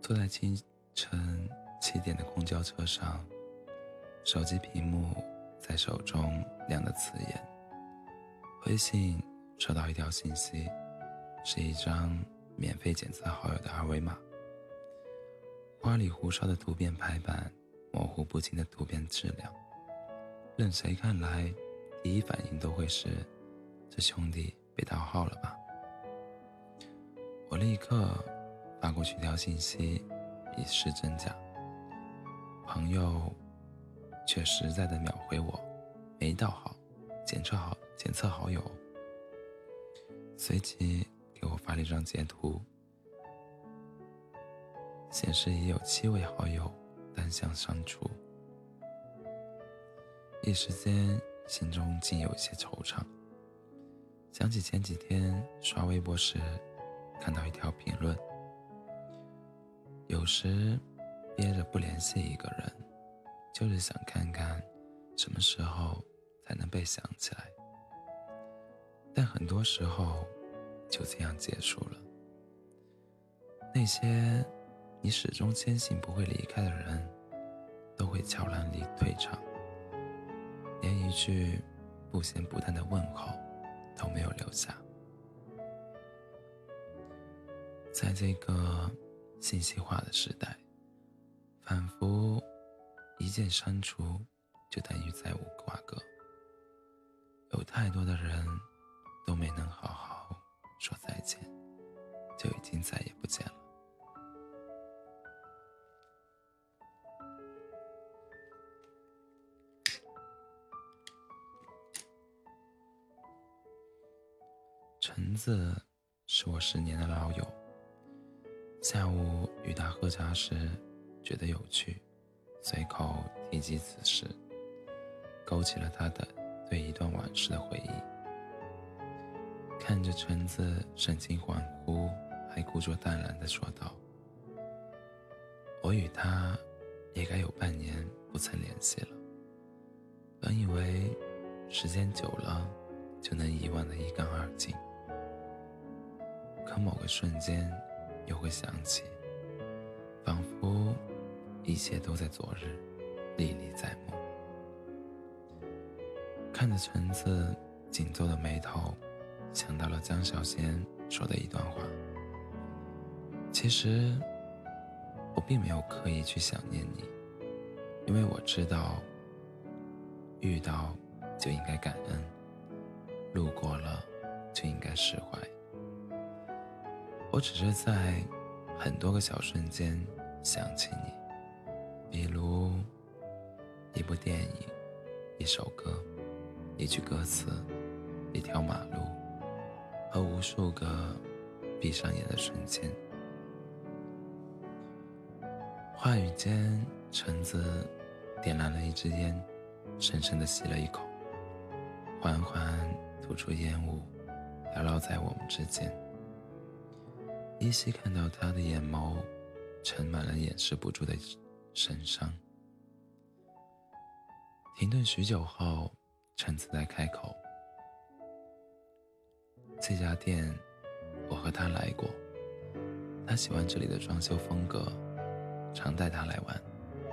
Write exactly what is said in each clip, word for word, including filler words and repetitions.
坐在清晨七点的公交车上，手机屏幕在手中亮得刺眼。微信收到一条信息，是一张免费检测好友的二维码。花里胡哨的图片排版，模糊不清的图片质量，任谁看来，第一反应都会是：这兄弟被盗号了吧？我立刻发过去条信息，以示真假。朋友却实在的秒回我：没盗号，检测好检测好友。随即给我发了一张截图，显示已有七位好友单向删除。一时间心中竟有一些惆怅，想起前几天刷微博时看到一条评论：有时憋着不联系一个人，就是想看看什么时候才能被想起来，但很多时候就这样结束了。那些你始终坚信不会离开的人，都会悄然离退场，连一句不咸不淡的问候都没有留下。在这个信息化的时代，仿佛一键删除就等于再无瓜葛，有太多的人都没能好好说再见，就已经再也不见了。橙子是我十年的老友，下午与他喝茶时觉得有趣，随口提及此事，勾起了他的对一段往事的回忆。看着橙子神情恍惚，还故作淡然地说道：我与他也该有半年不曾联系了，本以为时间久了就能遗忘得一干二净，可某个瞬间又会想起，仿佛一切都在昨日，历历在目。看着橙子紧皱的眉头，想到了张小娴说的一段话：其实我并没有刻意去想念你，因为我知道遇到就应该感恩，路过了就应该释怀。我只是在很多个小瞬间想起你，比如一部电影，一首歌，一句歌词，一条马路，和无数个闭上眼的瞬间。话语间，橙子点燃了一支烟，深深地吸了一口，缓缓吐出烟雾，缭绕在我们之间。依稀看到他的眼眸盛满了掩饰不住的神伤。停顿许久后，橙子才开口：这家店我和他来过，他喜欢这里的装修风格，常带他来玩。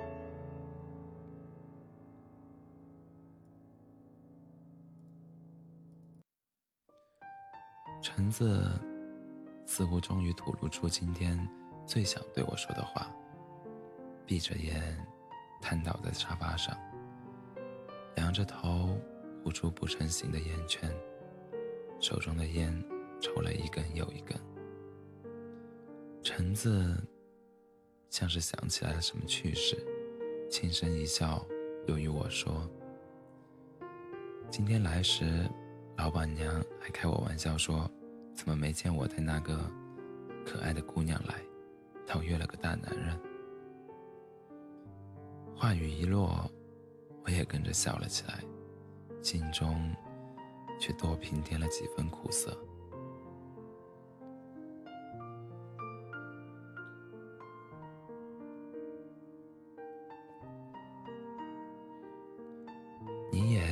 橙子似乎终于吐露出今天最想对我说的话，闭着眼瘫倒在沙发上，仰着头呼出不成形的烟圈，手中的烟抽了一根又一根。橙子像是想起来了什么趣事，轻声一笑，又与我说：今天来时，老板娘还开我玩笑说，怎么没见我带那个可爱的姑娘来，倒约了个大男人。话语一落，我也跟着笑了起来，心中却多平添了几分苦涩。你也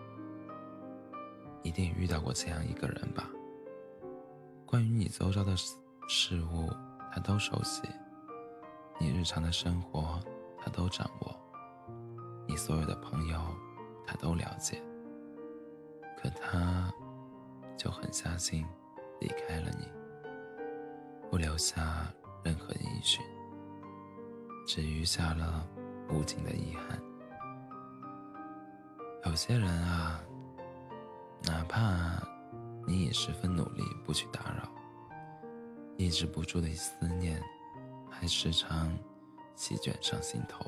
一定遇到过这样一个人吧，关于你周遭的事物他都熟悉， 你日常的生活他都掌握，你所有的朋友他都了解，可他就狠下心离开了你，不留下任何音讯，只余下了无尽的遗憾。有些人啊，哪怕你已十分努力不去打扰，抑制不住的思念还时常席卷上心头，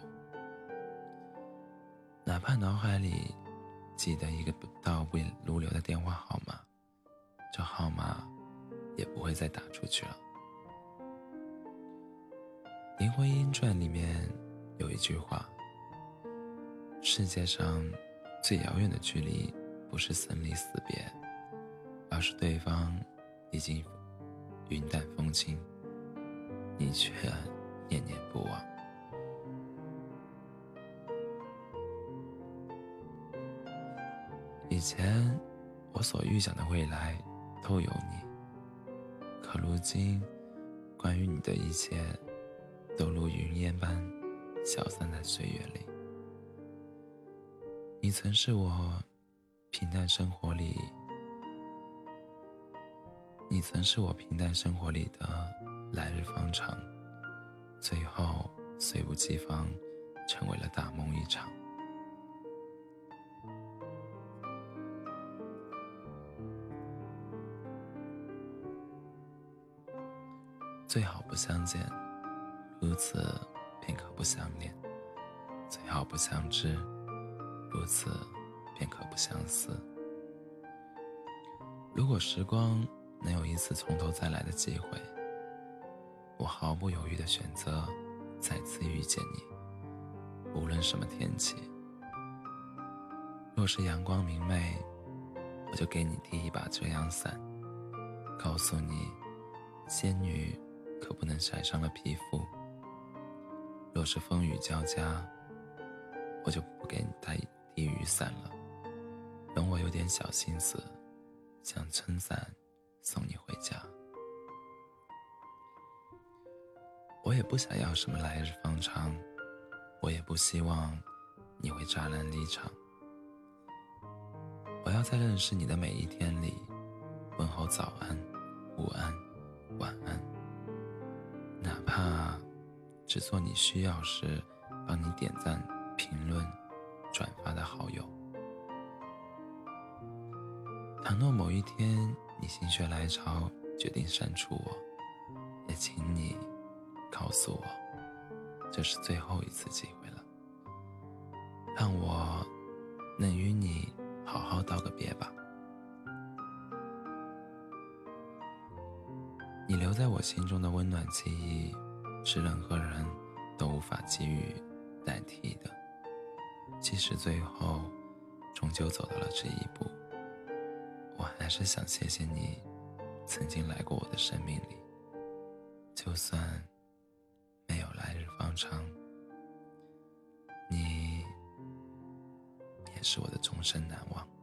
哪怕脑海里记得一个倒背如流的电话号码，这号码也不会再打出去了。《灵魂音传》里面有一句话，世界上最遥远的距离不是生离死别，而是对方已经云淡风轻，你却念念不忘。以前我所预想的未来都有你，可如今关于你的一切都如云烟般消散在岁月里。你曾是我平淡生活里你曾是我平淡生活里的来日方长，最后猝不及防成为了大梦一场。最好不相见，如此便可不相恋；最好不相知，如此便可不相思。如果时光能有一次从头再来的机会，我毫不犹豫地选择再次遇见你，无论什么天气。若是阳光明媚，我就给你递一把遮阳伞，告诉你仙女可不能晒伤了皮肤。若是风雨交加，我就不给你带递雨伞了，容我有点小心思，想撑伞送你回家。我也不想要什么来日方长，我也不希望你会乍然离场。我要在认识你的每一天里，问候早安、午安、晚安，哪怕只做你需要时帮你点赞、评论、转发的好友。倘若某一天你心血来潮决定删除我，也请你告诉我，这是最后一次机会了，让我能与你好好道个别吧。你留在我心中的温暖记忆，是任何人都无法给予代替的。即使最后终究走到了这一步，我还是想谢谢你曾经来过我的生命里，就算没有来日方长，你也是我的终身难忘。